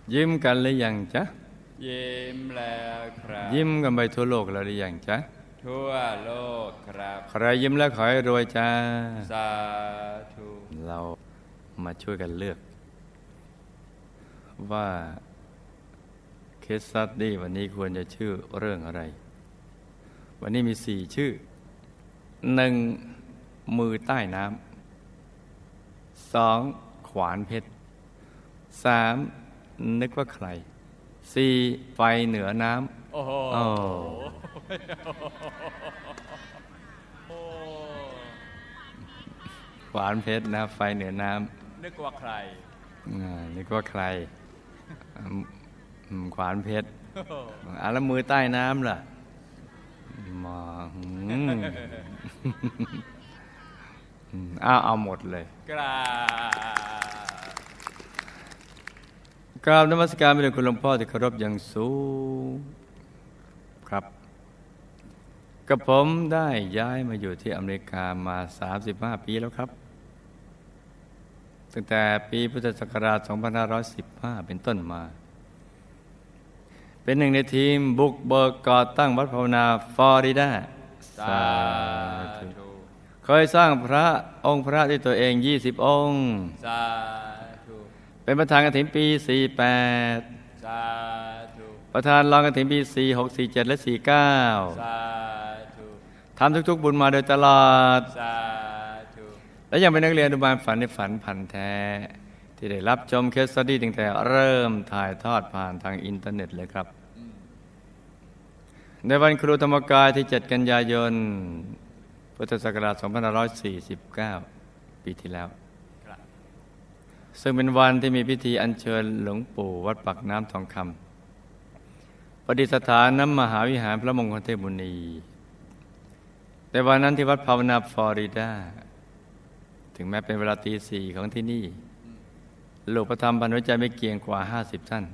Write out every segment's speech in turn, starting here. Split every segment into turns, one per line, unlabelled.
ยิ้มกันหรือยังจ๊ะ
ยิ้มแล้วครับ
ยิ้มกันไปทั่วโลกแล้วหรือยังจ๊ะ
ทั่วโลกครับ
ใครยิ้มแล้วขอให้รวยจ้า
สาธุ
เรามาช่วยกันเลือกว่าเคสสตัดดี้วันนี้ควรจะชื่อเรื่องอะไรวันนี้มี4 ชื่อ 1. มือใต้น้ำ 2. ขวานเพชร 3. นึกว่าใคร 4. ไฟเหนือน้ำ
โอ้โห
ขวานเพชรนะไฟเหนือน้
ำนึกว่าใคร
นึกว่าใครขวานเพชรแล้วมือใต้น้ำล่ะมาเอาหมดเลยกราบนมัสการพระเดชคุณหลวงพ่อที่เคารพอย่างสูงครับกับผมได้ย้ายมาอยู่ที่อเมริกามา35 ปีแล้วครับตั้งแต่ปีพุทธศักราช2515เป็นต้นมาเป็นหนึ่งในทีมบุกเบิกก่อตั้งวัดภาวนาฟลอริดา
สาธุ
เคยสร้างพระองค์พระด้วยตัวเอง20 องค์
สาธุ
เป็นประธานกฐินปี48
สาธุ
ประธานรองกฐินปี46 47และ49
สาธุ
ทำทุกๆบุญมาโดยตลอด
สาธุ
และยังเป็นนักเรียนอนุบาลฝันในฝันพันแท้ที่ได้รับชมเคสสตัดดี้ตั้งแต่เริ่มถ่ายทอดผ่านทางอินเทอร์เน็ตเลยครับในวันครูธรรมกายที่7 กันยายนพุทธศักราช2549ปีที่แล้วซึ่งเป็นวันที่มีพิธีอัญเชิญหลวงปู่วัดปากน้ำทองคำประดิษฐานน้ำมหาวิหารพระมงคลเทพมุนีแต่วันนั้นที่วัดภาวนาฟลอริดาถึงแม้เป็นเวลาตี 4ของที่นี่ลูกพระธรรมบรรพใจไม่เกี่ยงกว่า50 ท่าน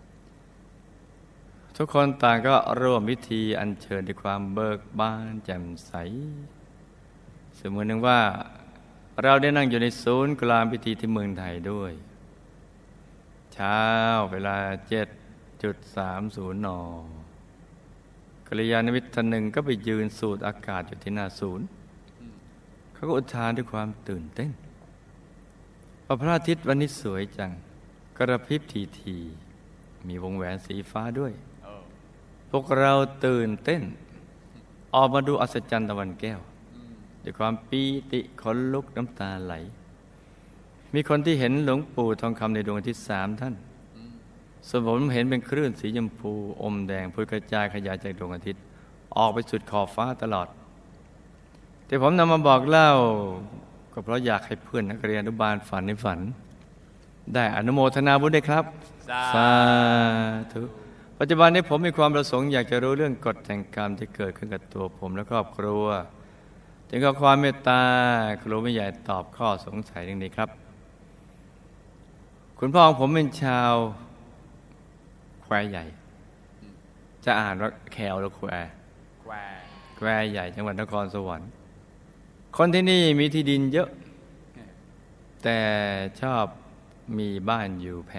ทุกคนต่างก็ร่วมพิธีอัญเชิญด้วยความเบิกบานแจ่มใสเสมือนหนึ่งว่าเราได้นั่งอยู่ในศูนย์กลางพิธีที่เมืองไทยด้วยเช้าเวลา 7:30 น.กัลยาณมิตรท่านหนึ่งก็ไปยืนสูดอากาศอยู่ที่หน้าศูนย์เขาก็อุทานด้วยความตื่นเต้นพระอาทิตย์วันนี้สวยจังกระพริบทีมีวงแหวนสีฟ้าด้วยพวกเราตื่นเต้นออกมาดูอัศจรรย์ตะวันแก้วด้วยความปีติขนลุกน้ำตาไหลมีคนที่เห็นหลวงปู่ทองคำในดวงอาทิตย์3 ท่านส่วนผมเห็นเป็นคลื่นสีชมพูอมแดงพุ่งกระจายขยายจากดวงอาทิตย์ออกไปสุดขอบฟ้าตลอดที่ผมนำมาบอกเล่าก็เพราะอยากให้เพื่อนนักเรียนอนุบาลฝันในฝันได้อนุโมทนาบุญด้วยครับสาธุปัจจุบันนี้ผมมีความประสงค์อยากจะรู้เรื่องกฎแห่งกรรมที่เกิดขึ้นกับตัวผมและครอบครัวจึงขอความเมตตาครูไม่ใหญ่ตอบข้อสงสัยดังนี้ครับคุณพ่อของผมเป็นชาวแควใหญ่จะอ่านว่าแควหรือแควใหญ่จังหวัดนครสวรรค์คนที่นี่มีที่ดินเยอะแต่ชอบมีบ้านอยู่แพ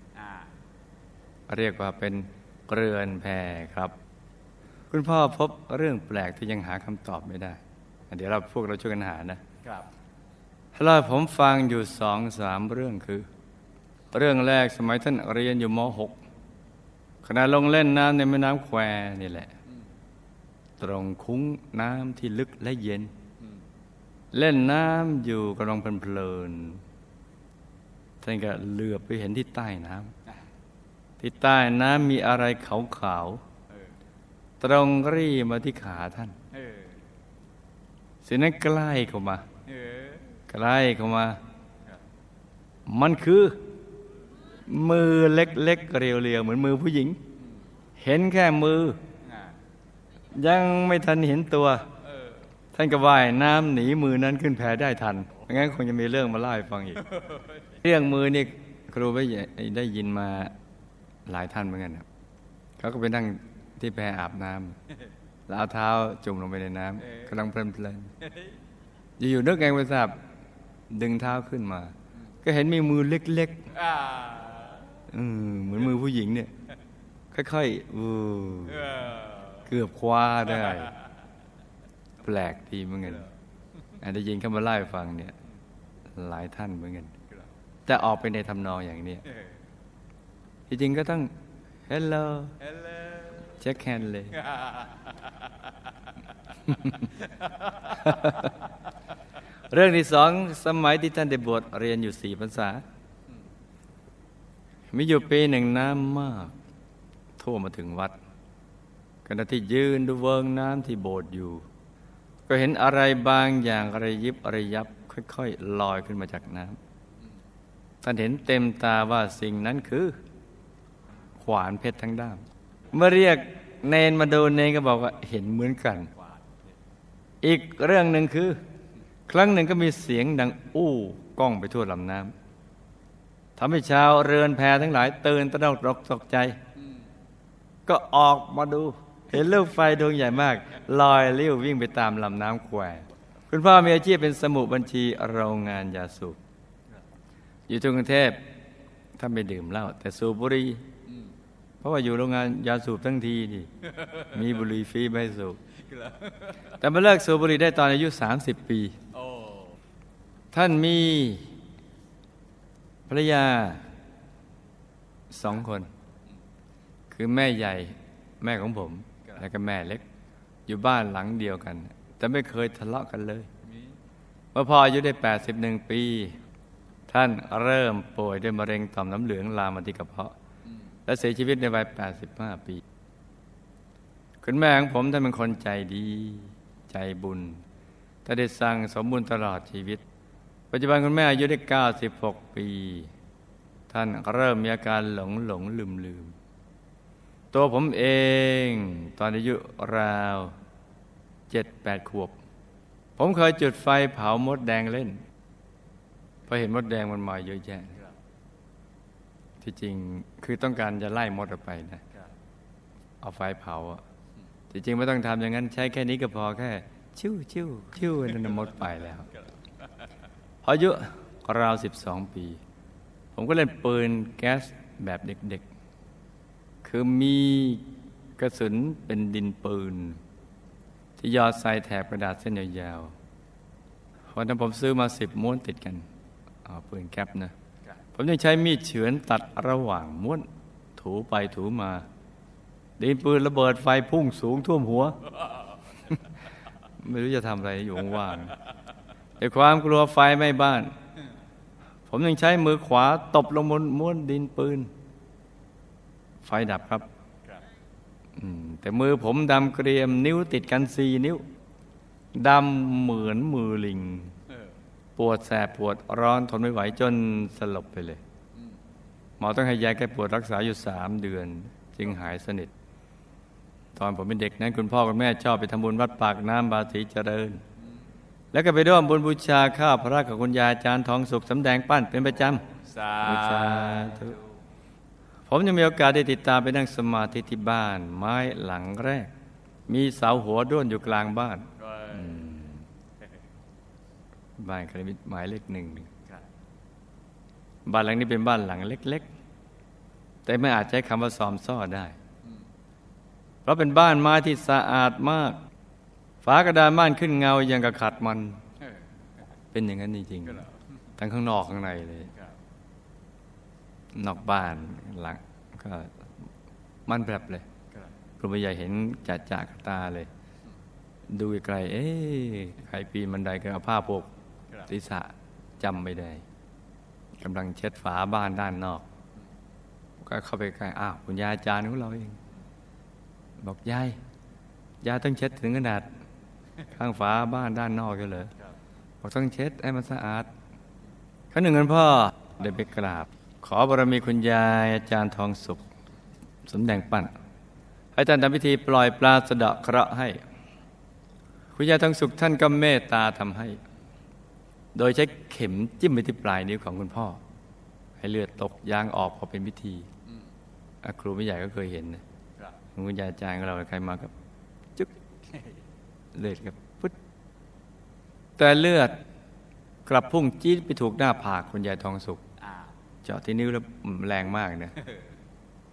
เรียกว่าเป็นเรือนแพครับคุณพ่อพบเรื่องแปลกที่ยังหาคำตอบไม่ได้เดี๋ยวพวกเราช่วยกันหานะครับเล่าให้ผมฟังอยู่2-3 เรื่องคือเรื่องแรกสมัยท่านเรียนอยู่ม.6 ขณะลงเล่นน้ำในแม่น้ำแควนี่แหละตรงคุ้งน้ำที่ลึกและเย็นเล่นน้ำอยู่กำลังเพลินท่านก็เหลือบไปเห็นที่ใต้น้ำที่ใต้น้ำมีอะไรขาวๆตรงรี่มาที่ขาท่านสิ่งนั้นใกล้เข้ามามันคือมือเล็กๆเรียวๆเหมือนมือผู้หญิงเห็นแค่มือยังไม่ทันเห็นตัวท่านก็ว่ายน้ำหนีมือนั้นขึ้นแพได้ทันไม่งั้นคงจะมีเรื่องมาเล่าให้ฟังอีกเรื่องมือนี่ครูไม่ได้ยินมาหลายท่านเหมือนกันครับเขาก็ไปนั่งที่แพอาบน้ำแล้วเอาเท้าจุ่มลงไปในน้ำกำลังเพลินอยู่ๆนึกไงไม่ทราบดึงเท้าขึ้นมาก็เห็นมีมือเล็กๆเหมือนมือผู้หญิงเนี่ยค่อยๆเกือบคว้าได้แปลกดีเหมือนกันอาจจะยิงเข้ามาไล่ฟังเนี่ยหลายท่านเหมือนกันแต่ออกไปในทำนองอย่างนี้จริงๆก็ต้อง hello เช็คแฮนด์เลย เรื่องที่สองสมัยที่ท่านได้บวชเรียนอยู่4 พรรษามีอยู่ปีหนึ่งน้ำมากท่วมมาถึงวัดขณะที่ยืนดูเวิงน้ำที่โบสถ์อยู่ก็เห็นอะไรบางอย่างระยิบระยับค่อยๆลอยขึ้นมาจากน้ำท่านเห็นเต็มตาว่าสิ่งนั้นคือขวานเพชรทั้งด้ามเมื่อเรียกเนนมาดูเนนก็บอกว่าเห็นเหมือนกันอีกเรื่องหนึ่งคือครั้งหนึ่งก็มีเสียงดังอู้ก้องไปทั่วลำน้ำทำให้ชาวเรือนแพทั้งหลายตื่นตระหนกตกใจก็ออกมาดูเห็นลูกไฟดวงใหญ่มากลอยเลี้ยววิ่งไปตามลำน้ำแควคุณพ่อมีอาชีพเป็นสมุบัญชีโรงงานยาสูบอยู่ที่กรุงเทพถ้าไม่ดื่มเหล้าแต่สูบบุหรี่เพราะว่าอยู่โรงงานยาสูบทั้งทีนี่มีบุหรี่ฟรีไม่สูบแต่มาเลิกสูบบุหรี่ได้ตอนอายุ30 ปีท่านมีภรรยา2 คนคือแม่ใหญ่แม่ของผมแล้วก็แม่เล็กอยู่บ้านหลังเดียวกันแต่ไม่เคยทะเลาะกันเลยเมื่อพ่ออายุได้81 ปีท่านเริ่มป่วยด้วยมะเร็งต่อมน้ำเหลืองลามมาที่กระเพาะและเสียชีวิตในวัย85 ปีคุณแม่ของผมท่านเป็นคนใจดีใจบุญท่านได้สร้างสมบูรณ์ตลอดชีวิตปัจจุบันคุณแม่อายุได้96 ปีท่านเริ่มมีอาการหลงลืมตัวผมเองตอนอายุราว 7-8 ขวบผมเคยจุดไฟเผามดแดงเล่นเพราะเห็นมดแดงมันมาเยอะแยะที่จริงคือต้องการจะไล่มดออกไปนะเอาไฟเผาที่จริงไม่ต้องทำอย่างนั้นใช้แค่นี้ก็พอแค่ชิวนั่นมดไปแล้วพออายุราว12 ปีผมก็เล่นปืนแก๊สแบบเด็กๆคือมีกระสุนเป็นดินปืนที่หยอดใส่แถบกระดาษเส้นยาวๆวันนั้นผมซื้อมา10 ม้วนติดกันปืนแก๊ปนะผมยังใช้มีดเฉือนตัดระหว่างม้วนถูไปถูมาดินปืนระเบิดไฟพุ่งสูงท่วมหัว ไม่รู้จะทำอะไรอยู่ว่างในความกลัวไฟไหม้บ้านผมยังใช้มือขวาตบลงบนม้วนดินปืนไฟดับครับแต่มือผมดำเกรียมนิ้วติดกัน4 นิ้วดำเหมือนมือลิงปวดแสบปวดร้อนทนไม่ไหวจนสลบไปเลยหมอต้องให้ยาแก้ปวดรักษาอยู่3 เดือนจึงหายสนิทตอนผมเป็นเด็กนั้นคุณพ่อคุณแม่ชอบไปทำบุญวัดปากน้ำบาสีเจริญแล้วก็ไปร่วมบุญบูชาข้าวพระกับคุณยายอาจารย์ทองสุขสำแดงปั้นเป็นประจำสาธุผมยังมีโอกาสได้ติดตามไปนั่งสมาธิที่บ้านไม้หลังแรกมีเสาหัวด้วนอยู่กลางบ้านบ้านคณิตหมายเลข 1บ้านหลังนี้เป็นบ้านหลังเล็กๆแต่ไม่อาจใช้คำว่าซอมซ่อได้เพราะเป็นบ้านไม้ที่สะอาดมากฝากระดานบ้านขึ้นเงาอย่างกับขัดมันเป็นอย่างนั้นจริงๆทั้งข้างนอกข้างในเลยนอกบ้านหลังก็มันแบบเลยครูบาใหญ่เห็นจ่าๆตาเลยดูไกลใครปีนบันไดก็เอาผ้าโพกศีรษะจำไม่ได้กำลังเช็ดฝาบ้านด้านนอกก็เข้าไปใกล้อ้าวคุณยายอาจารย์ของเราเองบอกยายต้องเช็ดถึงขนาดข้างฝาบ้านด้านนอกเลยบอกต้องเช็ดให้มันสะอาดครั้งหนึ่งคุณพ่อได้ไปกราบขอบารมีคุณยายอาจารย์ทองสุขสมแดงปั้นให้ท่านทำพิธีปล่อยปลาสะเดาะเคราะห์ให้คุณยายทองสุขท่านก็เมตตาทำให้โดยใช้เข็มจิ้มไปที่ปลายนิ้วของคุณพ่อให้เลือดตกยางออกพอเป็นพิธีครูไม่ใหญ่ก็เคยเห็นนะคุณยายอาจารย์ของเราใครมากับจึ๊กเลือดกับปึ๊ดแต่เลือดกลับพุ่งจี๊ดไปถูกหน้าผากคุณยายทองสุขเจาะที่นิ้วแล้วแรงมากนะ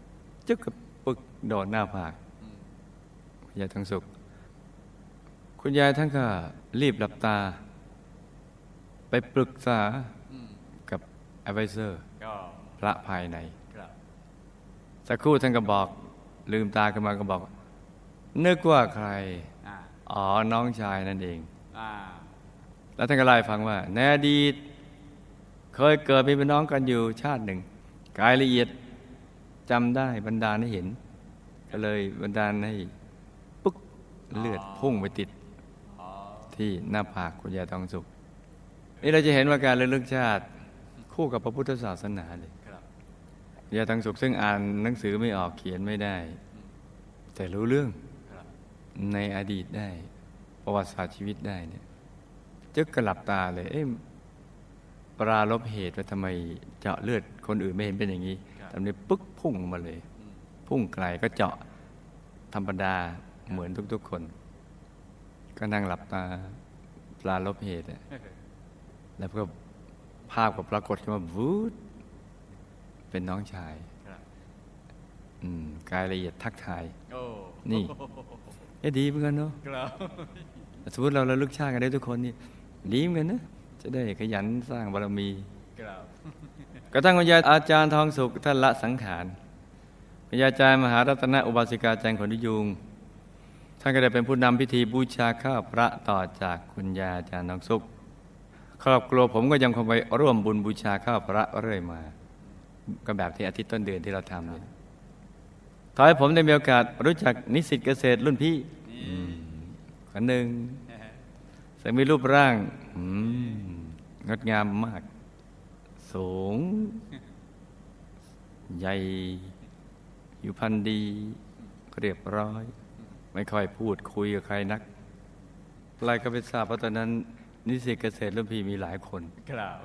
จึ๊กกับปึกโดนหน้าผากคุณยายทองสุขคุณยายท่านก็รีบหลับตาไปปรึกษากับแอดไวเซอร์พระภายในสักครู่ท่านก็บอกลืมตาขึ้นมาก็บอกนึกว่าใครอ๋อน้องชายนั่นเองแล้วท่านก็เล่าให้ฟังว่าในอดีตเคยเกิดเป็นน้องกันอยู่ชาติหนึ่งกายละเอียดจำได้บันดาลให้เห็นก็เลยบันดาลให้ปึ๊กเลือดพุ่งไปติดที่หน้าผากคุณยายทองสุขนี่เราจะเห็นว่าการระลึกชาติคู่กับพระพุทธศาสนาเลยคุณยายทองสุขซึ่งอ่านหนังสือไม่ออกเขียนไม่ได้แต่รู้เรื่องในอดีตได้ประวัติศาสตร์ชีวิตได้เนี่ยจึ๊กกระหลับตาเลยปราลบเหตุว่าทำไมเจาะเลือดคนอื่นไม่เห็นเป็นอย่างนี้ทำนี้ปึ๊กพุ่งมาเลยพุ่งไกลก็เจาะธรรมดาเหมือนทุกๆคนก็นั่งหลับตาปราลบเหตุแล้วก็ภาพก็ปรากฏขึ้นมาวูดเป็นน้องชายกายละเอียดทักทายนี่ดีเหมือนกันเนาะสมมติเราระลึกชาติกันได้ทุกคนนี่ดีเหมือนกันนะจะได้ขยันสร้างบารมีกระทั่งคุณยายอาจารย์ทองสุขท่านละสังขารคุณยายอาจารย์มหารัตนอุบาสิกาจันทร์ขนยุงท่านก็ได้เป็นผู้นำพิธีบูชาข้าวพระต่อจากคุณยายอาจารย์ทองสุขครอบครัวผมก็ยังคงไปร่วมบุญบูชาข้าวพระเรื่อยมาก็แบบที่อาทิตย์ต้นเดือนที่เราทำเนี่ยทำให้ผมได้มีโอกาสรู้จักนิสิตเกษตรรุ่นพี่คนหนึ่งซึ่งมีรูปร่างงดงามมากสูงใหญ่อยู่พันดีเรียบร้อยไม่ค่อยพูดคุยกับใครนักอะไรก็ไปทราบเพราะตอนนั้นนิสิตเกษตรรุ่นพี่มีหลายคน
ครับ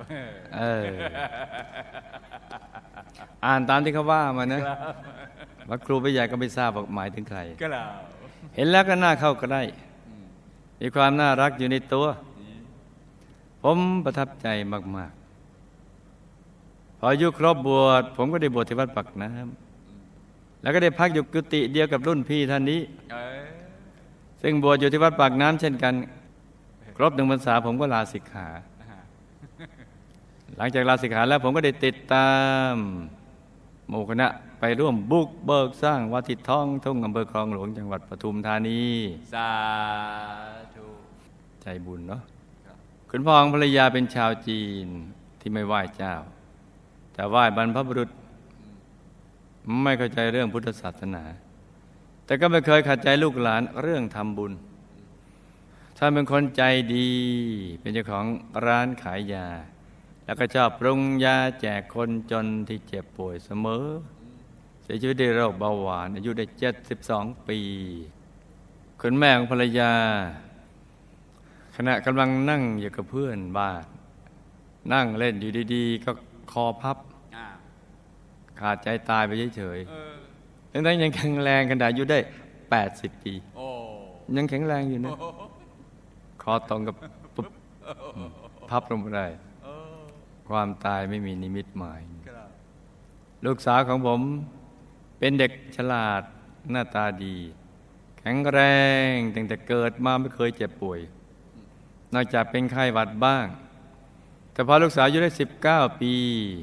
อ่านตามที่เขาว่ามานะว่าครูไปใหญ่ก็ไม่ทราบหมายถึงใครเห็นแล้วก็น่าเข้าใกล้มีความน่ารักอยู่ในตัวผมประทับใจมากๆพออายุครบบวชผมก็ได้บวชที่วัดปากน้ำแล้วก็ได้พักอยู่กุฏิเดียวกับรุ่นพี่ท่านนี้ซึ่งบวชอยู่ที่วัดปากน้ำเช่นกันครบ1 พรรษาผมก็ลาสิกขาหลังจากลาสิกขาแล้วผมก็ได้ติดตามหมู่คณะไปร่วมบุกเบิกสร้างวัดที่ท้องทุ่งอำเภอคลองหลวงจังหวัดปทุมธานี
สาธุ
ใจบุญเนาะคุณพ่อของภรรยาเป็นชาวจีนที่ไม่ไหว้เจ้าแต่ไหว้บรรพบุรุษไม่เข้าใจเรื่องพุทธศาสนาแต่ก็ไม่เคยขัดใจลูกหลานเรื่องทำบุญท่านเป็นคนใจดีเป็นเจ้าของร้านขายยาแล้วก็ชอบปรุงยาแจกคนจนที่เจ็บป่วยเสมอเสียชีวิตด้วยโรคเบาหวานอายุได้72 ปีคุณแม่ของภรรยาขณะกำลังนั่งอยู่กับเพื่อนบ้านนั่งเล่นอยู่ดีๆก็คอพับขาดใจตายไปเฉยๆทั้งยังแข็งแรงขนาดอายุได้80 ปียังแข็งแรงอยู่นะคอตรงกับปุ๊บพับลงไปได้ความตายไม่มีนิมิตหมายลูกสาวของผมเป็นเด็กฉลาดหน้าตาดีแข็งแรงตั้งแต่เกิดมาไม่เคยเจ็บป่วยนอกจากเป็นไข้หวัดบ้างแต่พอลูกสาวอายุได้19 ปี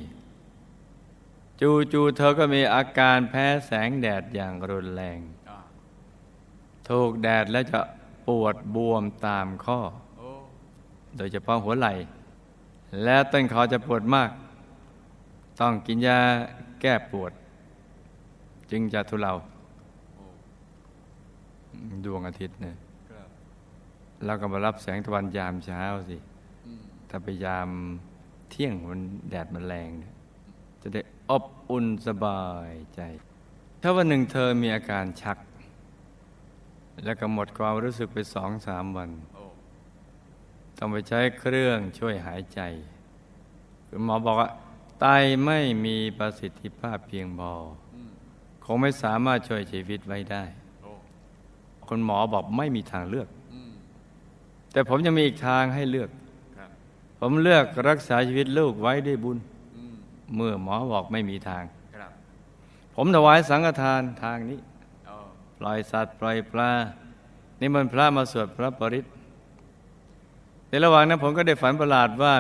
จู่ๆเธอก็มีอาการแพ้แสงแดดอย่างรุนแรงถูกแดดแล้วจะปวดบวมตามข้อโดยเฉพาะหัวไหล่และต้นคอจะปวดมากต้องกินยาแก้ปวดจึงจะทุเลาดวงอาทิตย์เนี่ยเราก็มารับแสงตะวันยามเช้าสิถ้าไปยามเที่ยงมันแดดมันแรงเนี่ยจะได้อบอุ่นสบายใจถ้าวันหนึ่งเธอมีอาการชักแล้วก็หมดความรู้สึกไป2-3 วันต้องไปใช้เครื่องช่วยหายใจคุณหมอบอกว่าไตไม่มีประสิทธิภาพเพียงพอคงไม่สามารถช่วยชีวิตไว้ได้คุณหมอบอกไม่มีทางเลือกแต่ผมยังมีอีกทางให้เลือกผมเลือกรักษาชีวิตลูกไว้ด้วยบุญเมื่อหมอบอกไม่มีทางผผมถวายสังฆทานทางนี้
อ๋อ
ปล่อยสัตว์ปล่อยปลานิมนต์พระมาสวดพระปริตรในระหว่างนั้นผมก็ได้ฝันประหลาดว่า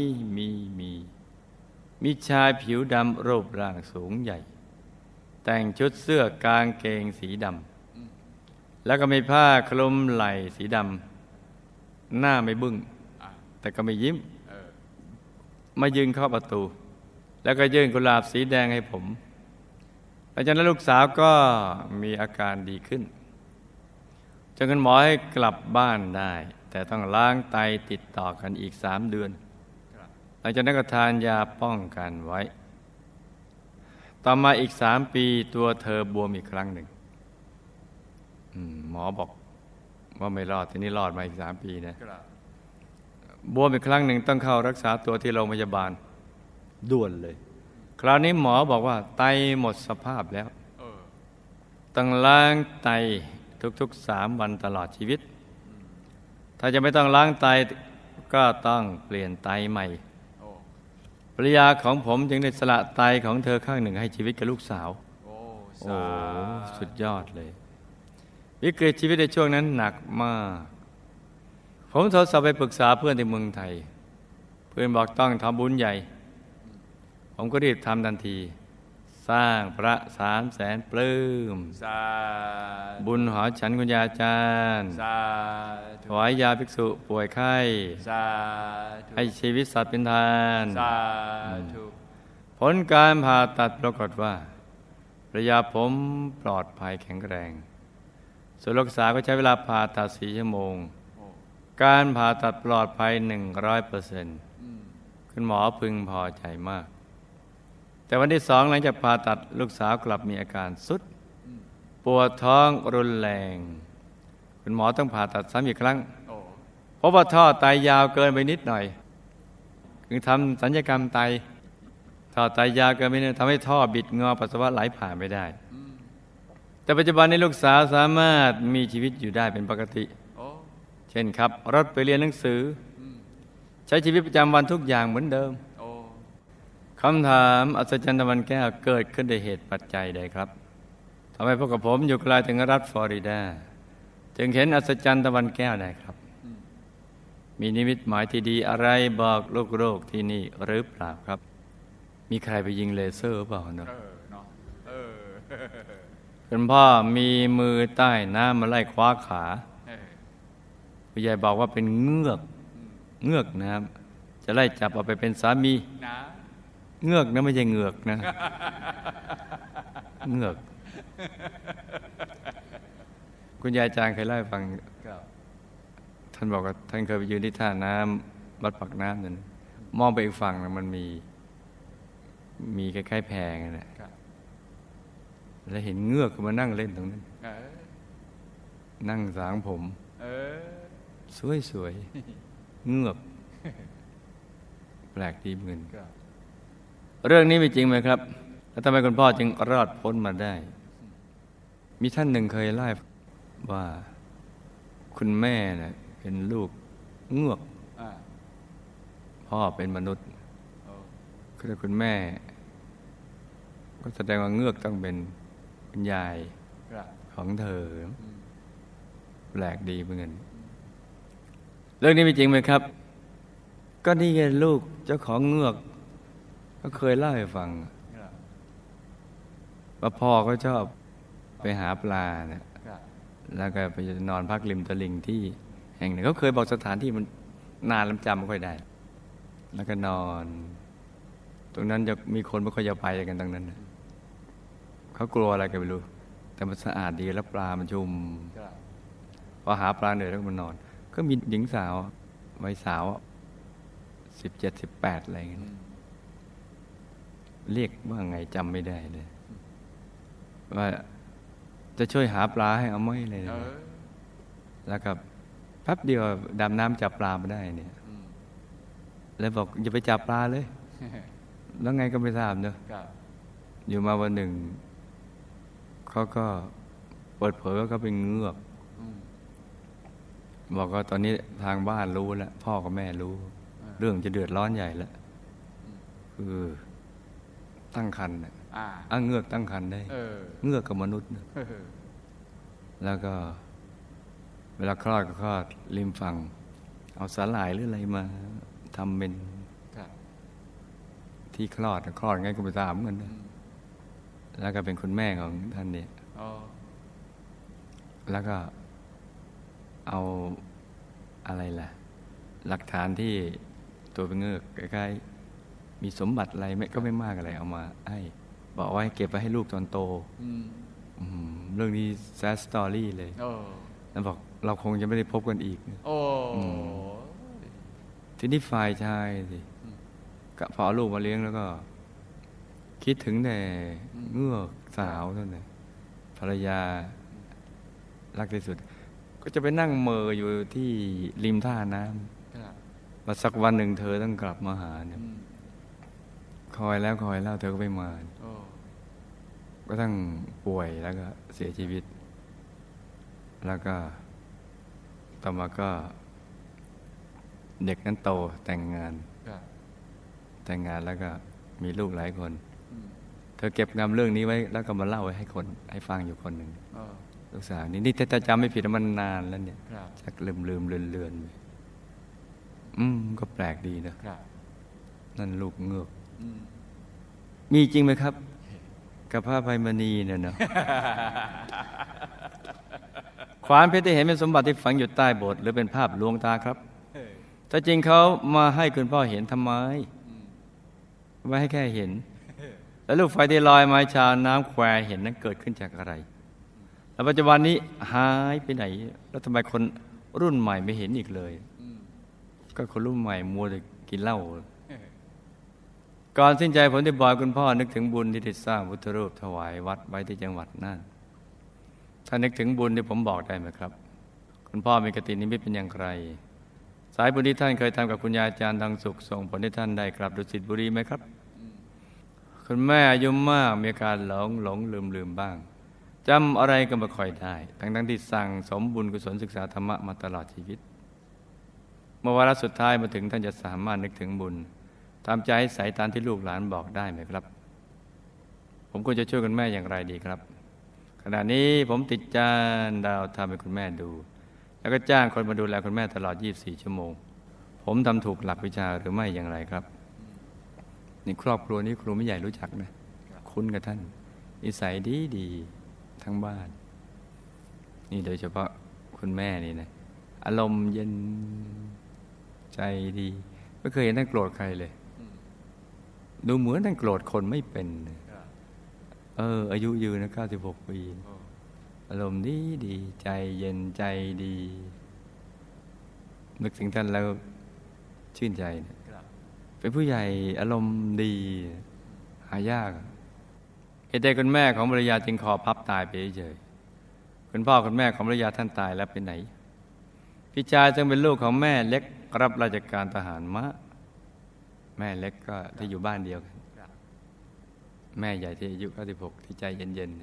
มีชายผิวดำรูปร่างสูงใหญ่ แต่งชุดเสื้อกางเกงสีดำแล้วก็มีผ้าคลุมไหล่สีดำหน้าไม่บึ้งแต่ก็ไม่ยิ้มมายืนเคาะประตูแล้วก็ยื่นกุหลาบสีแดงให้ผมหลังจากนั้นลูกสาวก็มีอาการดีขึ้นจนคุณหมอให้กลับบ้านได้แต่ต้องล้างไตติดต่อกันอีก3 เดือนหลังจากนั้นก็ทานยาป้องกันไว้ต่อมาอีก3 ปีตัวเธอบวมอีกครั้งหนึ่งหมอบอกว่าไม่รอดทีนี้รอดมาอีก3 ปีนะบวมอีกครั้งหนึ่งต้องเข้ารักษาตัวที่โรงพยาบาลด่วนเลยคราวนี้หมอบอกว่าไตหมดสภาพแล้วต้องล้างไตทุกๆ3 วันตลอดชีวิตถ้าจะไม่ต้องล้างไตก็ต้องเปลี่ยนไตใหม่ภรรยาของผมจึงได้สละไตของเธอข้างหนึ่งให้ชีวิตกับลูกสาวโอ้สุดยอดเลยวิกฤตชีวิตในช่วงนั้นหนักมากผมโทรศัพท์ไปปรึกษาเพื่อนที่เมืองไทยเพื่อนบอกต้องทำบุญใหญ่ผมก็รีบทำทันทีสร้างพระ300,000 ปลื้มบุญหอฉันคุณยาจารย์ถวายยาภิกษุป่วยไข้ให้ชีวิตสัตว์เป็นทานผลการผ่าตัดปรากฏว่าภรรยาผมปลอดภัยแข็งแรงส่วนลูกสาวก็ใช้เวลาผ่าตัด4 ชั่วโมงการผ่าตัดปลอดภัย 100%คุณหมอพึงพอใจมากแต่วันที่2หลังจากผ่าตัดลูกสาวกลับมีอาการทรุดปวดท้องรุนแรงคุณหมอต้องผ่าตัดซ้ำอีกครั้งเพราะว่าท่อไตยาวเกินไปนิดหน่อยคือทำศัลยกรรมไตท่อไตยาวเกินไปนิดทำให้ท่อบิดงอปัสสาวะไหลผ่านไม่ได้แต่ปัจจุบันนี้ลูกสาวสามารถมีชีวิตอยู่ได้เป็นปกติเช่นขับรถไปเรียนหนังสือใช้ชีวิตประจำวันทุกอย่างเหมือนเดิมคำถามอัศจรรย์ตะวันแก้วเกิดขึ้นด้วยเหตุปัจจัยใดครับทำไมพวกกับผมอยู่ไกลถึงรัฐฟลอริดาจึงเห็นอัศจรรย์ตะวันแก้วได้ครับมีนิมิตหมายที่ดีอะไรบอกลูกๆที่นี่หรือเปล่าครับมีใครไปยิงเลเซอร์เปล่าเนาะคุณพ่อมีมือใต้น้ำมาไล่คว้าขาผู้ใหญ่บอกว่าเป็นเงือกนะครับจะไล่จับเอาไปเป็นสามีเงือกนะไม่ใช่เงือกนะเงือกคุณยายจางเคยเล่าให้ฟังท่านบอกว่าท่านเคยไปยืนที่ท่าน้ำวัดปากน้ำนั่นมองไปอีกฝั่งมันมีคล้ายๆแพงนะแล้วเห็นเงือกมานั่งเล่นตรงนั้นนั่งสางผมสวยๆเงือกแปลกดีเหมือนกันเรื่องนี้เป็นจริงไหมครับแล้วทำไมคุณพ่อจึงรอดพ้นมาได้มีท่านหนึ่งเคยเล่าว่าคุณแม่น่ะเป็นลูกเงือกพ่อเป็นมนุษย์คือคุณแม่ก็แสดงว่าเงือกต้องเป็นคุณยายของเธอแปลกดีเหมือนกันเรื่องนี้เป็นจริงไหมครับก็นี่ไงลูกเจ้าของเงือกก็เคยเล่าให้ฟังว่าพ่อก็ชอบไปหาปลานะแล้วก็ไปนอนพักริมตลิ่งที่แห่งหนึ่งเขาเคยบอกสถานที่มันนานแล้วจำไม่ค่อยได้แล้วก็นอนตรงนั้นจะมีคนไม่ค่อยจะไปกันตรงนั้นเขากลัวอะไรกันไม่รู้แต่มันสะอาดดีแล้วปลามันชุ่มพอหาปลาเหนื่อยแล้วมันนอนก็มีหญิงสาววัยสาว17 18อะไรอย่างเงี้ยเรียกว่าไงจำไม่ได้เลยว่าจะช่วยหาปลาให้เอาไหมเลยแล้วก็แป๊บเดียวดำน้ำจับปลามาได้เนี่ยแล้วบอกอย่าไปจับปลาเลยแล้วไงก็ไม่ทราบเนอะอยู่มาวันหนึ่งเขาก็เปิดเผยว่าเขาเป็นเงือกบอกว่าตอนนี้ทางบ้านรู้แล้วพ่อกับแม่รู้เรื่องจะเดือดร้อนใหญ่แล้วคือตั้งครรภ์เงือกตั้งครรภ์ได้เงือกกับมนุษย์นะแล้วก็เวลาคลอดก็คลอดริมฝั่งเอาสาหร่ายหรืออะไรมาทำเป็นที่คลอดไงก็ไปตามกันนะแล้วก็เป็นคุณแม่ของท่านเนี่ยแล้วก็เอาอะไรล่ะหลักฐานที่ตัวเป็นเงือกใกล้ๆมีสมบัติอะไรก็ไม่มากอะไรเอามาให้บอกว่าให้เก็บไว้ให้ลูกตอนโตเรื่องนี้แซดสตอรี่เลยแล้วบอกเราคงจะไม่ได้พบกันอีกทีนี้ฝ่ายชายสิก็พอลูกมาเลี้ยงแล้วก็คิดถึงแต่เงือกสาวเท่านั้นภรรยารักที่สุดก็จะไปนั่งเมออยู่ที่ริมท่าน้ำมาสักวันหนึ่งเธอต้องกลับมาหาเนี่ยคอยแล้วเธอก็ไม่มาก็ต้องป่วยแล้วก็เสียชีวิตแล้วก็ต่อมาก็เด็กนั้นโตแต่งงานแล้วก็มีลูกหลายคนเธอเก็บงำเรื่องนี้ไว้แล้วก็มาเล่าให้ให้ฟังอยู่คนหนึ่งลูกสาวนี่ถ้าจำไม่ผิดมันนานแล้วเนี่ยชักลืมเลือนก็แปลกดีนะนั่นลูกเงือกมีจริงไหมครับกับพระอภัยมณีเนี่ยเนาะ ความเพชรที่เห็นเป็นสมบัติที่ฝังอยู่ใต้โบสถ์หรือเป็นภาพลวงตาครับถ้าจริงเขามาให้คุณพ่อเห็นทำไมไม่ให้แค่เห็นแล้วลูกไฟที่ลอยมาชาวน้ำแควเห็นนั้นเกิดขึ้นจากอะไรแล้วปัจจุบันนี้หายไปไหนแล้วทำไมคนรุ่นใหม่ไม่เห็นอีกเลยก็คนรุ่นใหม่มัวแต่กินเหล้าก่อนสิ้นใจผมได้บอกคุณพ่อนึกถึงบุญที่ได้สร้างพุทธรูปถวายวัดไว้ที่จังหวัดน่านถ้านึกถึงบุญที่ผมบอกได้ไหมครับคุณพ่อมีกตินิมิตเป็นอย่างไรสายบุญที่ท่านเคยทำกับคุณยายอาจารย์ทางสุขส่งผลให้ท่านได้กลับดุสิตบุรีไหมครับคุณแม่อายุมากมีอาการหลงลืมบ้างจำอะไรก็ไม่ค่อยได้ทั้งที่สั่งสมบุญกุศลศึกษาธรรมะมาตลอดชีวิตเมื่อวาระสุดท้ายมาถึงท่านจะสามารถนึกถึงบุญตามใจสายตามที่ลูกหลานบอกได้ไหมครับผมควรจะช่วยคุณแม่อย่างไรดีครับขณะนี้ผมติดจานดาวทำให้คุณแม่ดูแล้วก็จ้างคนมาดูแลคุณแม่ตลอด24 ชั่วโมงผมทำถูกหลักวิชาหรือไม่อย่างไรครับนี่ครอบครัวนี้ครูไม่ใหญ่รู้จักนะคุ้นกับท่านนิสัยดีทั้งบ้านนี่โดยเฉพาะคุณแม่นี่นะอารมณ์เย็นใจดีไม่เคยเห็นท่านโกรธใครเลยดูเหมือนท่านโกรธคนไม่เป็นอายุยืนนะ96 ปีอารมณ์ดีใจเย็นใจดีนึกถึงท่านแล้วชื่นใจเป็นผู้ใหญ่อารมณ์ดีหายากเหตุใดคุณแม่ของภรรยาจึงคอพับตายไปเฉยคุณพ่อคุณแม่ของภรรยาท่านตายแล้วไปไหนพี่ชายซึ่งเป็นลูกของแม่เล็กรับราชการทหารม้าแม่เล็กก็ที่อยู่บ้านเดียวกันแม่ใหญ่ที่อายุ96ที่ใจเย็น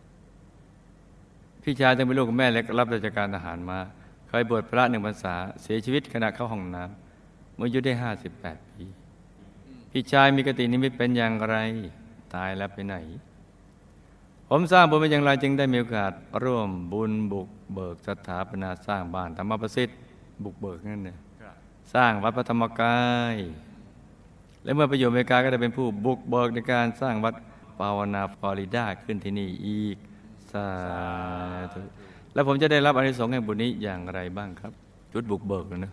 ๆพี่ชายซึ่งเป็นลูกของแม่เล็กรับราชการทหารม้าเคยบวชพระ1 พรรษาเสียชีวิตขณะเข้าห้องน้ำเมื่ออายุได้58 ปีพี่ชายมีกตินิมิตเป็นอย่างไรตายแล้วไปไหนผมสร้างบุญเป็นอย่างไรจึงได้มีโอกาสร่วมบุญบุกเบิกสถาปนาสร้างบ้านธรรมประสิทธิ์บุกเบิกนั่นเนี่ยสร้างวัดพระธรรมกายและเมื่อไปอยู่อเมริกาก็ได้เป็นผู้บุกเบิกในการสร้างวัดภาวนาฟลอริดาขึ้นที่นี่อีกสาธุแล้วผมจะได้รับอานิสงส์แห่งบุญนี้อย่างไรบ้างครับจุดบุกเบิกนะ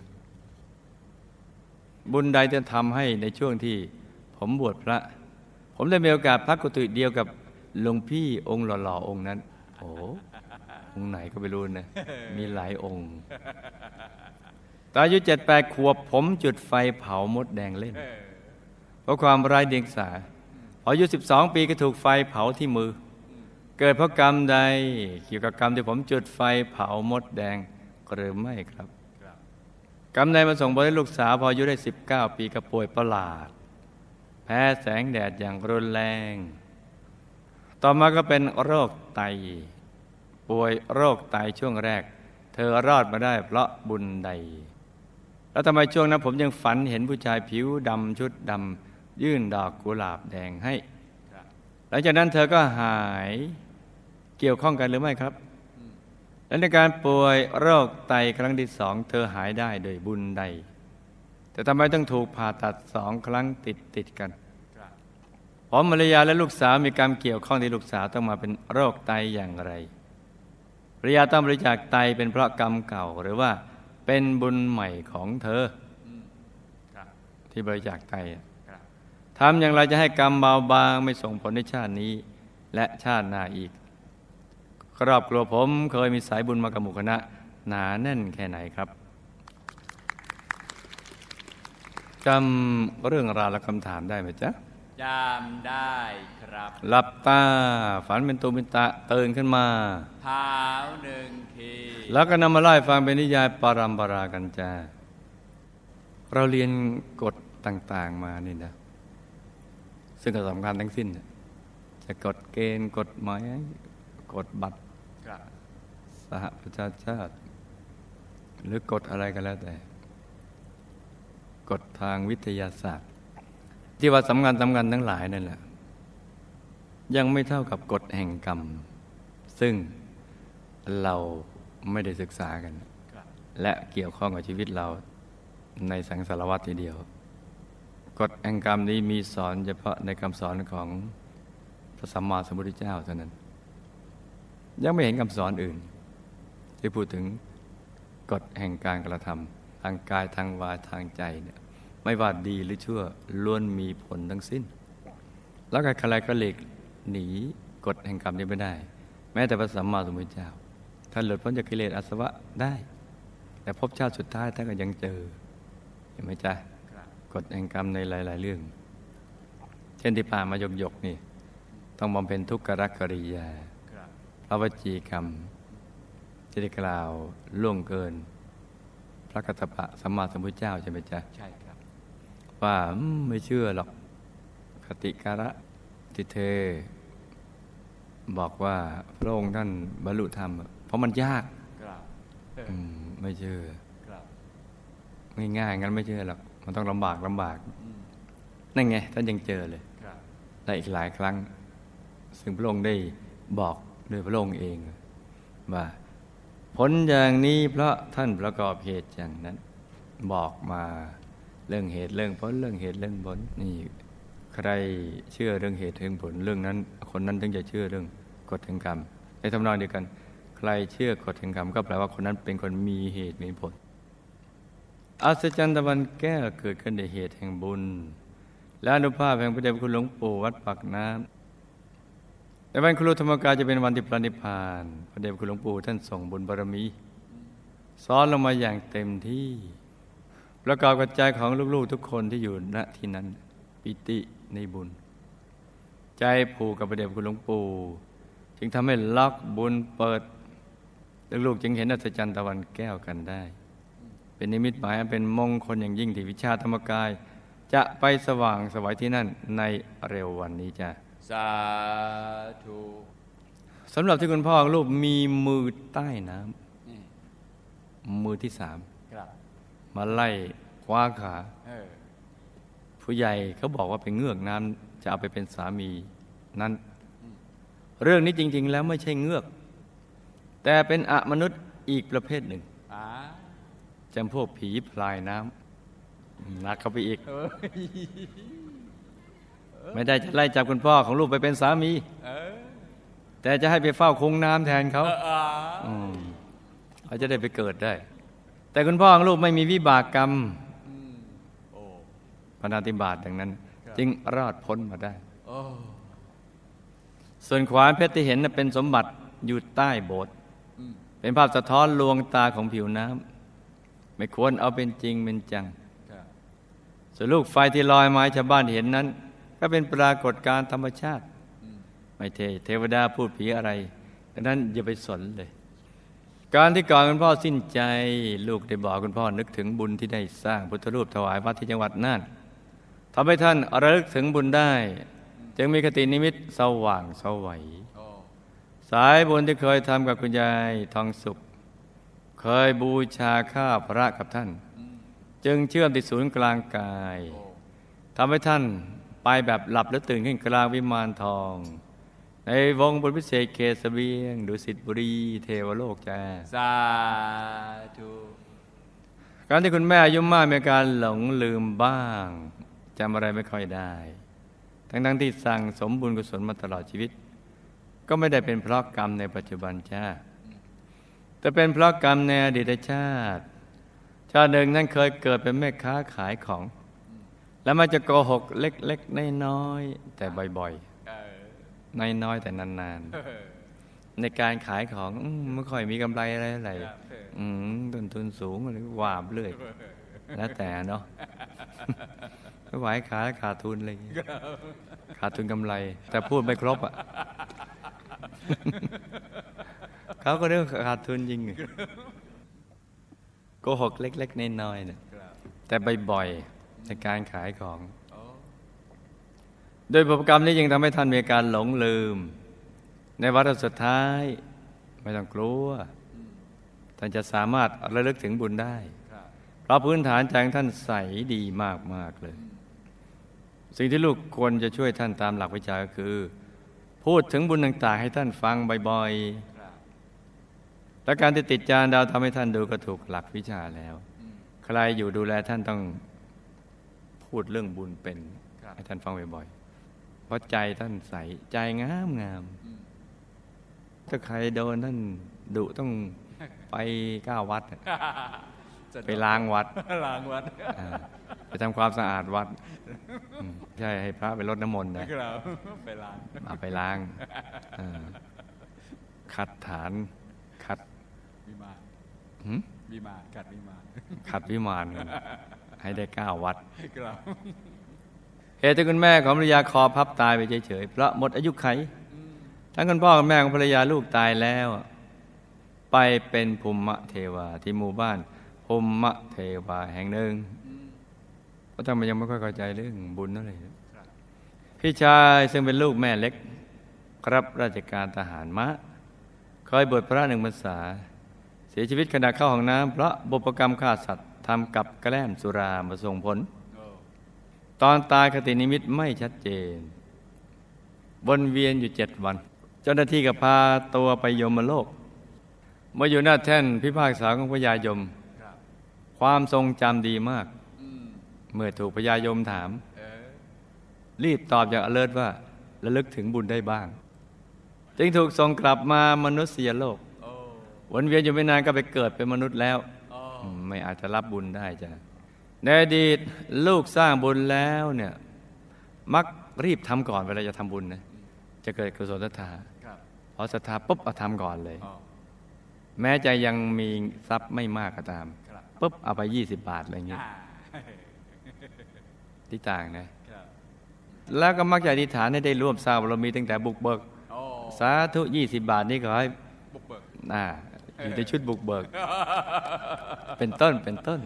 บุญใดจะทำให้ในช่วงที่ผมบวชพระผมได้มีโอกาสพักกุฏิเดียวกับหลวงพี่องค์หล่อๆองค์นั้นองค์ไหนก็ไม่รู้นะมีหลายองค์ตอนอายุ7-8 ขวบผมจุดไฟเผามดแดงเล่นเพราะความไร้เดียงสาพออายุ12 ปีก็ถูกไฟเผาที่มือเกิดเพราะกรรมใดเกี่ยวกับกรรมที่ผมจุดไฟเผามดแดงหรือไม่ครับกรรมใดมาส่งผลให้ลูกสาวพออายุได้19 ปีก็ป่วยประหลาดแพ้แสงแดดอย่างรุนแรงต่อมาก็เป็นโรคไตป่วยโรคไตช่วงแรกเธอรอดมาได้เพราะบุญใดแล้วทำไมช่วงนั้นผมยังฝันเห็นผู้ชายผิวดำชุดดำยื่นดอกกุหลาบแดงให้หลังจากนั้นเธอก็หายเกี่ยวข้องกันหรือไม่ครับและในการป่วยโรคไตครั้งที่2เธอหายได้โดยบุญใดแต่ทำไมต้องถูกผ่าตัด2 ครั้งติดกันเพราะภรรยาและลูกสาวมีกรรมเกี่ยวข้องที่ลูกสาวต้องมาเป็นโรคไตอย่างไรภรรยาต้องบริจาคไตเป็นเพราะกรรมเก่าหรือว่าเป็นบุญใหม่ของเธอที่บริจาคไตทำอย่างไรจะให้กรรมเบาบางไม่ส่งผลในชาตินี้และชาติหน้าอีกครอบครัวผมเคยมีสายบุญมากับหมู่คณะหนาแน่นแค่ไหนครับจำเรื่องราวและคำถามได้ไหมจ๊ะ
จำได้ครับ
หลับตาฝันเป็นตุเป็นตะตื่นขึ้นมา
เท้า1 ที
แล้วก็นำมาไล่ฟังเป็นนิยายปรัมปรากันจ้าเราเรียนกฎต่างๆมานี่นะซึ่งก็สำคัญทั้งสิ้นจะกฎเกณฑ์กฎหมายกฎบัตรสหประชาชาติหรือกฎอะไรก็แล้วแต่กฎทางวิทยาศาสตร์ที่ว่าสำคัญทั้งหลายนั่นแหละยังไม่เท่ากับกฎแห่งกรรมซึ่งเราไม่ได้ศึกษากันและเกี่ยวข้องกับชีวิตเราในสังสารวัฏทีเดียวกฎแห่งกรรมนี้มีสอนเฉพาะในคำสอนของพระสัมมาสัมพุทธเจ้าเท่านั้นยังไม่เห็นคำสอนอื่นที่พูดถึงกฎแห่งการกระทำทางกายทางวาทางใจเนี่ยไม่ว่าดีหรือชั่วล้วนมีผลทั้งสิ้นแล้วใครก็หลีกหนีกฎแห่งกรรมนี้ไม่ได้แม้แต่พระสัมมาสัมพุทธเจ้าท่านหลุดพ้นจากกิเลสอาสวะได้แต่ภพชาติสุดท้ายท่านก็ยังเจอเห็นไหมจ๊ะกฎแห่งกรรมในหลายๆเรื่องเช่นที่ผ่านมายกนี่ต้องบำเพ็ญทุกขกริยาพระวจีกรรมที่ได้กล่าวล่วงเกินพระกัสสปะสัมมาสัมพุทธเจ้าใช่ไหมจ๊ะ
ใช่ครับ
ว่าไม่เชื่อหรอกคติการะที่เธอบอกว่าพระองค์ท่านบรรลุธรรมเพราะมันยากไม่เชื่อง่ายๆงั้นไม่เชื่อหรอกมันต้องลำบากนั่นไงท่านยังเจอเลยและอีกหลายครั้งซึ่งพระองค์ได้บอกด้วยพระองค์เองว่าผลอย่างนี้เพราะท่านประกอบเหตุอย่างนั้นบอกมาเรื่องเหตุเรื่องผลเรื่องเหตุเรื่องผลนี่ใครเชื่อเรื่องเหตุเรื่องผลเรื่องนั้นคนนั้นถึงจะเชื่อเรื่องกฎแห่งกรรมในทำนองเดียวกันใครเชื่อกฎแห่งกรรมก็แปลว่าคนนั้นเป็นคนมีเหตุมีผลอัศจรรย์ตะวันแก้วเกิดขึ้นในเหตุแห่งบุญและอนุภาพแห่งพระเดชพระคุณหลวงปู่วัดปากน้ำในวันครูธรรมกายจะเป็นวันที่พระนิพพานพระเดชพระคุณหลวงปู่ท่านส่งบุญบารมีซ้อนลงมาอย่างเต็มที่ประกอบกับใจของลูกๆทุกคนที่อยู่ณที่นั้นปิติในบุญใจผูกกับพระเดชพระคุณหลวงปู่จึงทำให้ล็อกบุญเปิดลูกๆจึงเห็นอัศจรรย์ตะวันแก้วกันได้เป็นนิมิตหมายเป็นมงคลอย่างยิ่งที่วิชาธรรมกายจะไปสว่างสวัยที่นั่นในเร็ววันนี้จ้ะ
สาธุ
สำหรับที่คุณพ่อลูกมีมือใต้น้ำมือที่3มาไล่คว้าขาผู้ใหญ่เขาบอกว่าเป็นเงือกน้ำจะเอาไปเป็นสามีนั้นเรื่องนี้จริงๆแล้วไม่ใช่เงือกแต่เป็นอมนุษย์อีกประเภทหนึ่งจำพวกผีพลายน้ำหนักเข้าไปอีกไม่ได้จะไล่จับคุณพ่อของลูกไปเป็นสามีแต่จะให้ไปเฝ้าคงน้ำแทนเขาเขาจะได้ไปเกิดได้แต่คุณพ่อของลูกไม่มีวิบากกรรมปณาติบาตดังนั้นจึงรอดพ้นมาได้ส่วนขวานเพชรที่เห็นเป็นสมบัติอยู่ใต้โบสถ์เป็นภาพสะท้อนลวงตาของผิวน้ำไม่ควรเอาเป็นจริงเป็นจังส่วนลูกไฟที่ลอยมาชาวบ้านเห็นนั้นก็เป็นปรากฏการณ์ธรรมชาติไม่เทวดาพูดผีอะไรดังนั้นอย่าไปสนเลยการที่ก่อนคุณพ่อสิ้นใจลูกได้บอกคุณพ่อนึกถึงบุญที่ได้สร้างพุทธรูปถวายวัดที่จังหวัดน่านทำให้ท่านระลึกถึงบุญได้จึงมีคตินิมิตสว่างไสวสายบุญที่เคยทำกับคุณยายทองสุขเคยบูชาข้าพระกับท่านจึงเชื่อมติดศูนย์กลางกายทำให้ท่านไปแบบหลับแล้วตื่นขึ้นกลางวิมานทอง ในวงบนพิเศษเขตเสบียงดุสิตบุรีเทวโลกจ้า
สาธุ
การที่คุณแม่อายุมากมีอาการหลงลืมบ้างจำอะไรไม่ค่อยได้ทั้งที่สั่งสมบุญกุศลมาตลอดชีวิตก็ไม่ได้เป็นเพราะกรรมในปัจจุบันจ้าแต่เป็นเพราะกรรมในอดีตชาติหนึ่งนั้นเคยเกิดเป็นแม่ค้าขายของแล้วมันจะโกหกเล็กๆน้อยๆแต่บ่อยๆน้อยๆแต่นานๆในการขายของไม่ค่อยมีกำไรอะไรต้นทุนสูงหรือว่าเรื่อยแล้วแต่เนาะไม่ไหวขาดทุนอะไรอย่างเงี้ยขาดทุนกำไรแต่พูดไม่ครบอ่ะเขาก็เรื่องขาดทุนจริงโกหกเล็กๆน้อยๆเนี่ยแต่บ่อยๆในการขายของโดยบุพกรรมนี้ยังทำให้ท่านมีอาการหลงลืมในวาระสุดท้ายไม่ต้องกลัวท่านจะสามารถระลึกถึงบุญได้เพราะพื้นฐานใจของท่านใสดีมากๆเลยสิ่งที่ลูกควรจะช่วยท่านตามหลักวิชาก็คือพูดถึงบุญต่างๆให้ท่านฟังบ่อยๆและการที่ติดจานดาวทำให้ท่านดูก็ถูกหลักวิชาแล้วใครอยู่ดูแลท่านต้องพูดเรื่องบุญเป็นให้ท่านฟังบ่อยๆเพราะใจท่านใสใจงามถ้าใครโดนท่านดุต้องไป9 วัดไปล้างวัดไปทำความสะอาดวัดใช่ให้พระไปรดน้ำมนต์นะไปล้างขัดฐานขัด
วิมาน
ขัดวิมานให้ได้9 วัดเหตุที่คุณแม่ของภรรยาคอพับตายไปเฉยๆเพราะหมดอายุไขทั้งคุณพ่อกับแม่ของภรรยาลูกตายแล้วไปเป็นภูมิเทวาที่หมู่บ้านภูมิเทวาแห่งหนึ่งเพราะท่านยังไม่ค่อยเข้าใจเรื่องบุญนั่นเลยพี่ชายซึ่งเป็นลูกแม่เล็กครับราชการทหารม้าเคยบวชพระ1 พรรษาเสียชีวิตขณะเข้าห้องน้ำเพราะบุพกรรมฆ่าสัตว์ทำกับแกล้มสุรามาส่งผลตอนตายคตินิมิตไม่ชัดเจนวนเวียนอยู่7 วันเจ้าหน้าที่ก็พาตัวไปยมโลกเมื่ออยู่หน้าแท่นพิพากษาของพญายมความทรงจำดีมากเมื่อถูกพญายมถามรีบตอบอย่าง alert ว่าระลึกถึงบุญได้บ้างจึงถูกส่งกลับมามนุษยโลกวนเวียนอยู่ไม่นานก็ไปเกิดเป็นมนุษย์แล้วไม่อาจจะรับบุญได้จ้ะในอดีตลูกสร้างบุญแล้วเนี่ยมักรีบทำก่อนเวลาจะทำบุญนะจะเกิดกุศลศรัทธาพอศรัทธาปุ๊บเอาทำก่อนเลยแม้จะยังมีทรัพย์ไม่มากก็ตามปุ๊บเอาไป20 บาทอะไรเงี้ยที่ต่างนะแล้วก็มักจะอธิษฐานให้ได้ร่วมสร้างบารมีตั้งแต่บุกเบิกสาธุ20 บาทนี่ก็ให้
บุกเบิก
อยู่ในชุดบุกเบิกเป็นต้น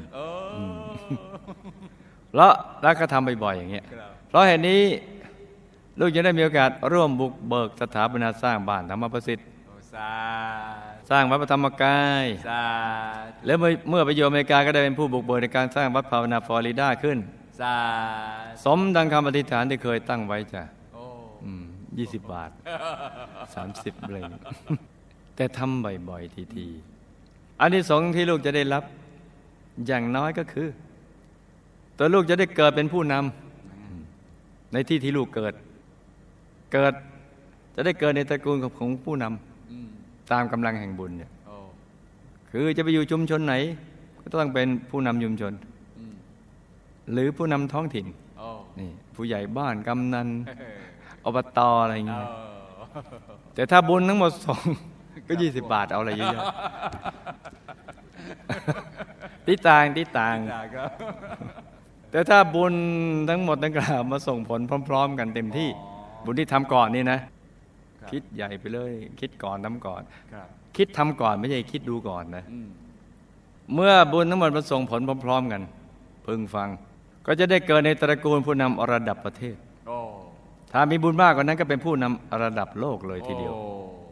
แล้วก็ทำบ่อยๆอย่างเงี้ยเพราะเหตุนี้ลูกจะได้มีโอกาสร่วมบุกเบิกสถาปนาสร้างบ้านธรรมประสิทธิ์สร้างวัดพระธรรมกายแล้วเมื่อไปอยู่อเมริกาก็ได้เป็นผู้บุกเบิกในการสร้างวัดภาวนาฟลอริดาขึ้นสมดังคำอธิษฐานที่เคยตั้งไว้จ้ะ20 บาท30เลยแต่ทำบ่อยๆทีๆอานิสงส์ที่ลูกจะได้รับอย่างน้อยก็คือตัวลูกจะได้เกิดเป็นผู้นำในที่ที่ลูกเกิดจะได้เกิดในตระกูลของผู้นำตามกำลังแห่งบุญเนี่ยคือจะไปอยู่ชุมชนไหนก็ต้องเป็นผู้นำชุมชนหรือผู้นำท้องถิ่นนี่ผู้ใหญ่บ้านกำนันอบตอะไรอย่างเงี้ยแต่ถ้าบุญทั้งหมดส่งก็20 บาทเอาอะไรเยอะๆที่ต่างแต่ถ้าบุญทั้งหมดดังกล่าวมาส่งผลพร้อมๆกันเต็มที่บุญที่ทำก่อนนี่นะคิดใหญ่ไปเลยคิดก่อนทำก่อนคิดทำก่อนไม่ใช่คิดดูก่อนนะเมื่อบุญทั้งหมดมาส่งผลพร้อมๆกันพึงฟังก็จะได้เกิดในตระกูลผู้นำระดับประเทศถ้ามีบุญมากกว่านั้นก็เป็นผู้นำระดับโลกเลยทีเดียว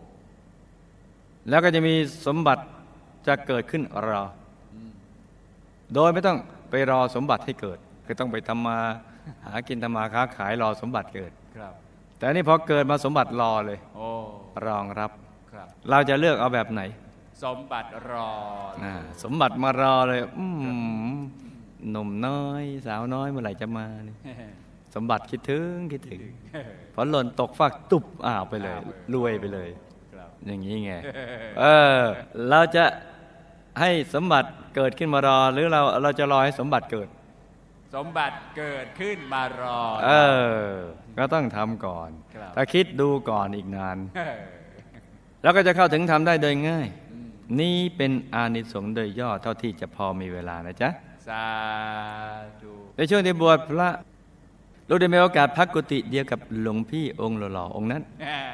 แล้วก็จะมีสมบัติจะเกิดขึ้นโดยไม่ต้องไปรอสมบัติให้เกิดคือต้องไปทำมาหากินทำมาค้าขายรอสมบัติเกิด
ครับ
แต่นี่พอเกิดมาสมบัติรอเลย
โอ้
รองรับ
ครับ
เราจะเลือกเอาแบบไหน
สมบัติรอเลย
สมบัติมารอเลยหนุ่มน้อยสาวน้อยเมื่อไหร่จะมานี่สมบัติคิดถึงพอหล่นตกฟากตุบไปเลยรวยไปเลย
ครับ
อย่างนี้ไงเราจะให้สมบัติเกิดขึ้นมารอหรือเราจะรอให้สมบัติเกิด
สมบัติเกิดขึ้นมารอ
ก็ต้องทำก่อน
ครับ
ถ้าคิดดูก่อนอีกนาน แล้วก็จะเข้าถึงทำได้โดยง่าย นี่เป็นอานิสงส์โดยย่อเท่าที่จะพอมีเวลานะจ๊ะ
สาธุ
ในช่วงที่บวชพระลูกได้มีโอกาสพักกุฏิเดียวกับหลวงพี่องค์หล่อๆองค์นั้น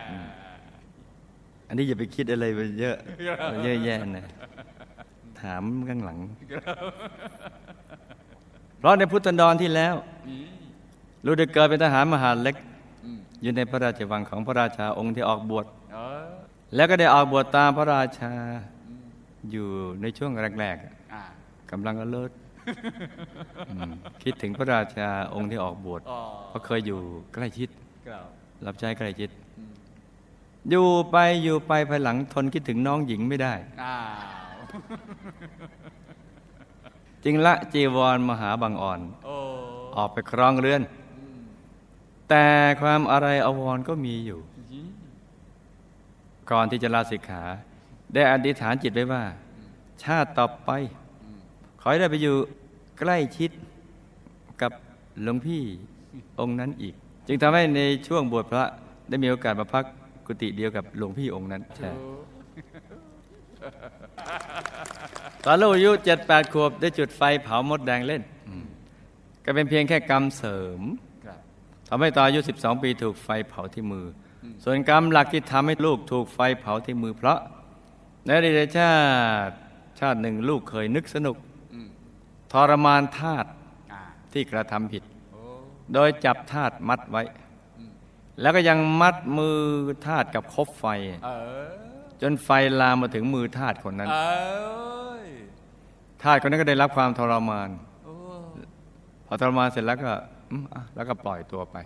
อันนี้อย่าไปคิดอะไรไปเยอะเยอะแยะนะถามข้างหลัง เพราะในพุทธันดรที่แล้วลูกได้เกิดเป็นทหารมหาดเล็กอยู่ในพระราชวังของพระราชาองค์ที่ออกบวชแล้วก็ได้ออกบวชตามพระราชาอยู่ในช่วงแรกๆกำลังเลิศคิดถึงพระราชาองค์ที่ออกบวชเพราะเคยอยู่ใกล้ชิดรับใช้ใกล้ชิดอยู่ไปภายหลังทนคิดถึงน้องหญิงไม่ได้จึงละจีวรมหาบังอ่อนออกไปครองเรือนแต่ความอะไรอาวรณ์ก็มีอยู่ก่อนที่จะลาสิกขาได้อธิษฐานจิตไว้ว่าชาติต่อไปขอให้ได้ไปอยู่ใกล้ชิดกับหลวงพี่องค์นั้นอีกจึงทำให้ในช่วงบวชพระได้มีโอกาสมาพักกุฏิเดียวกับหลวงพี่องค์นั้นใช่ตอนลูกอายุ 7-8 ขวบได้จุดไฟเผามดแดงเล่นก็เป็นเพียงแค่กรรมเสริมทำให้ตอนอายุ 12 ปีถูกไฟเผาที่มือส่วนกรรมหลักที่ทำให้ลูกถูกไฟเผาที่มือเพราะในอดีตชาติหนึ่งลูกเคยนึกสนุกทรมานทาสที่กระทำผิดโดยจับทาสมัดไว้แล้วก็ยังมัดมือทาสกับคบไฟจนไฟลามมาถึงมือทาสคนนั้นทาสคนนั้นก็ได้รับความทรมานพอทรมานเสร็จแล้วก็ปล่อยตัวไป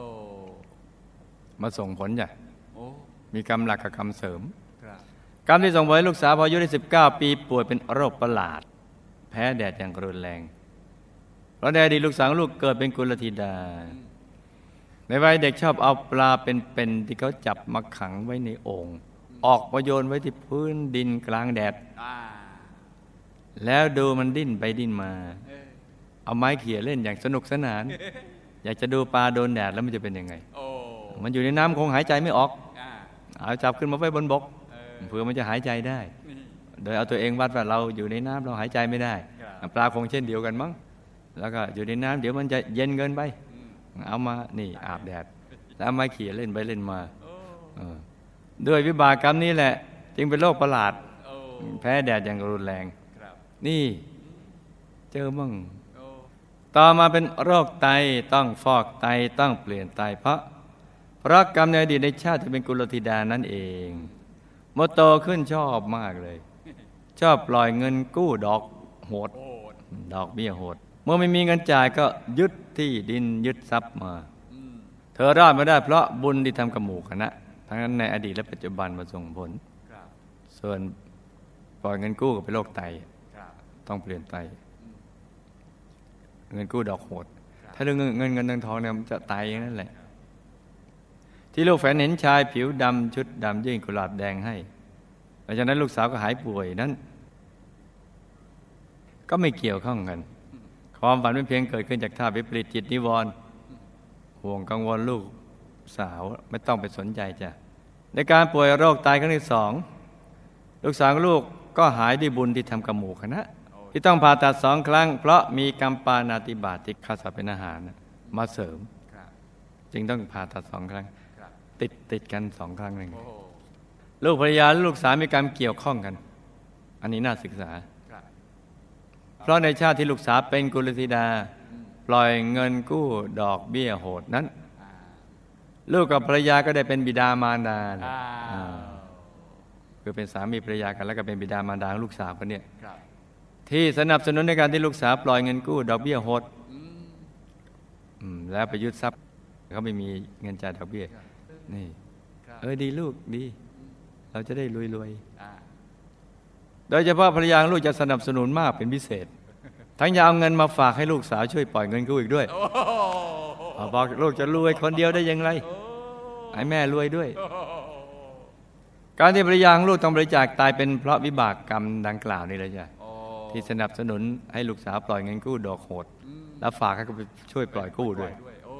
มาส่งผลจ้ะมีกรรมหลักกับกรรมเสริมกรรมที่ส่งผลให้ลูกสาวพออายุได้19 ปีป่วยเป็นโรคประหลาดแพ้แดดอย่างรุนแรงเพราะในอดีตลูกสาวลูกเกิดเป็นกุลธิดาในวัยเด็กชอบเอาปลาเป็นๆที่เขาจับมาขังไว้ในโอ่งออกมาโยนไว้ที่พื้นดินกลางแดดแล้วดูมันดิ้นไปดิ้นมาเอาไม้เขี่ยเล่นอย่างสนุกสนานอยากจะดูปลาโดนแดดแล้วมันจะเป็นยังไงมันอยู่ในน้ำคงหายใจไม่ออกเอาจับขึ้นมาไว้บนบกเพื่อมันจะหายใจได้โดยเอาตัวเองวัดว่าเราอยู่ในน้ำเราหายใจไม่ได้ปลาคงเช่นเดียวกันมั้งแล้วก็อยู่ในน้ำเดี๋ยวมันจะเย็นเกินไปเอามานี่อาบแดดแล้วเอาไม้เขี่ยเล่นไปเล่นมาด้วยวิบากกรรมนี้แหละจึงเป็นโรคประหลาดแพ้แดดอย่างรุนแรงนี่เจอมั่งต่อมาเป็นโรคไตต้องฟอกไตต้องเปลี่ยนไตเพราะกรรมในอดีตในชาติที่เป็นกุลธิดานั่นเองเมื่อโตขึ้นชอบมากเลยชอบปล่อยเงินกู้ดอกโหดดอกเบี้ยโหดเมื่อไม่มีเงินจ่ายก็ยึดที่ดินยึดทรัพย์มาเธอรอดมาได้เพราะบุญที่ทำกับหมู่คณะทั้งนั้นในอดีตและปัจจุบันมาส่งผลส่วนปล่อยเงินกู้ก็เป็นโรคไตต้องเปลี่ยนไตเงินกู้ดอกโหดถ้าเรื่องเงินทองเนี่ยมันจะตายอย่างนั้นแหละที่ลูกแฝดเห็นชายผิวดำชุดดำยื่นกุหลาบแดงให้หลังจากนั้นลูกสาวก็หายป่วยนั้นก็ไม่เกี่ยวข้องกันความฝันเป็นเพียงเกิดขึ้นจากท่าวิปริตจิตนิวรณ์ห่วงกังวลลูกสาวไม่ต้องไปสนใจจ้ะในการป่วยโรคตายครั้งที่ 2ลูกสาวลูกก็หายด้วยบุญที่ทำกับหมู่คณะที่ต้องผ่าตัด2 ครั้งเพราะมีกรรมปาณาติบาตที่ฆ่าสัตว์เป็นอาหารมาเสริมจึงต้องผ่าตัด2 ครั้งติดกัน2 ครั้งนึงลูกภรรยาและลูกสาวมีกรรมเกี่ยวข้องกันอันนี้น่าศึกษาเพราะในชาติที่ลูกสาวเป็นกุลธิดาปล่อยเงินกู้ดอกเบี้ยโหดนั้นลูกกับภรรยาก็ได้เป็นบิดามารดาคือเป็นสามีภรรยากันแล้วก็เป็นบิดามารดาของลูกสาวคนนี้ที่สนับสนุนในการที่ลูกสาวปล่อยเงินกู้ดอกเบี้ยโหดแล้วไปยึดทรัพย์เขาไม่มีเงินจ่ายดอกเบี้ยนี่ดีลูกดีเราจะได้รวยๆโดยเฉพาะภรรยาลูกจะสนับสนุนมากเป็นพิเศษทั้งจะเอาเงินมาฝากให้ลูกสาวช่วยปล่อยเงินกู้อีกด้วยบอกลูกจะรวยคนเดียวได้ยังไงให้แม่รวยด้วยการที่ภรรยาลูกต้องบริจาคตายเป็นเพราะวิบากกรรมดังกล่าวนี่เลยจ้ะที่สนับสนุนให้ลูกสาวปล่อยเงินกู้ดอกโหดแล้วฝากให้เขาไปช่วยปล่อยกู้ด้วย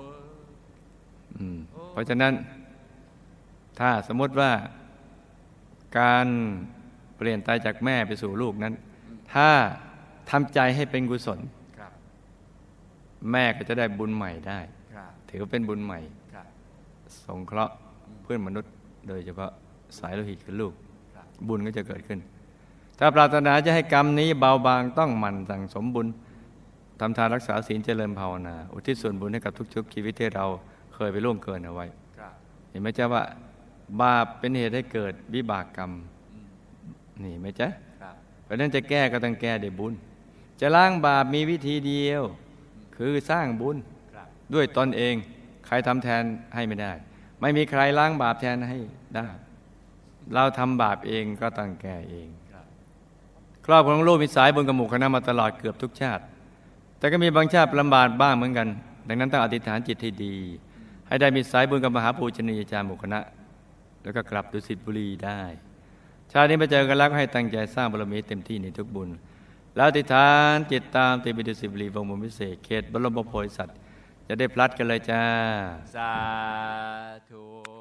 เพราะฉะนั้นถ้าสมมติว่าการเปลี่ยนตายจากแม่ไปสู่ลูกนั้นถ้าทำใจให้เป็นกุศลแม่ก็จะได้บุญใหม่ได้ถือว่าเป็นบุญใหม่สงเคราะห์เพื่อนมนุษย์โดยเฉพาะสายโลหิตคือลูกบุญก็จะเกิดขึ้นถ้าปรารถนาจะให้กรรมนี้เบาบางต้องหมั่นสั่งสมบุญทำทานรักษาศีลเจริญภาวนาอุทิศส่วนบุญให้กับทุกชีวิตที่เราเคยไปล่วงเกินเอาไว้เห็นไหมจ๊ะว่าบาปเป็นเหตุให้เกิดวิบากกรรมนี่ไหมจ๊ะเพราะนั้นจะแก้ก็ต้องแก้ด้วยบุญจะล้างบาปมีวิธีเดียวคือสร้างบุญด้วยตนเองใครทำแทนให้ไม่ได้ไม่มีใครล้างบาปแทนให้ได้เราทำบาปเองก็ต้องแก้เองครอบครัวของลูกมีสายบุญกับหมู่คณะมาตลอดเกือบทุกชาติแต่ก็มีบางชาติลำบากบ้างเหมือนกันดังนั้นต้องอธิษฐานจิตให้ดีให้ได้มีสายบุญกับมหาปูชนียาจารย์หมู่คณะแล้วก็กลับดุสิตบุรีได้ชาตินี้ไปเจอกันแล้วก็ให้ตั้งใจสร้างบารมีเต็มที่ในทุกบุญแล้วอธิษฐานจิตตามติไปดุสิตบุรีวงบุญพิเศษเขตบรมโพธิสัตว์จะได้พลัดกันเลยจ้า
สาธุ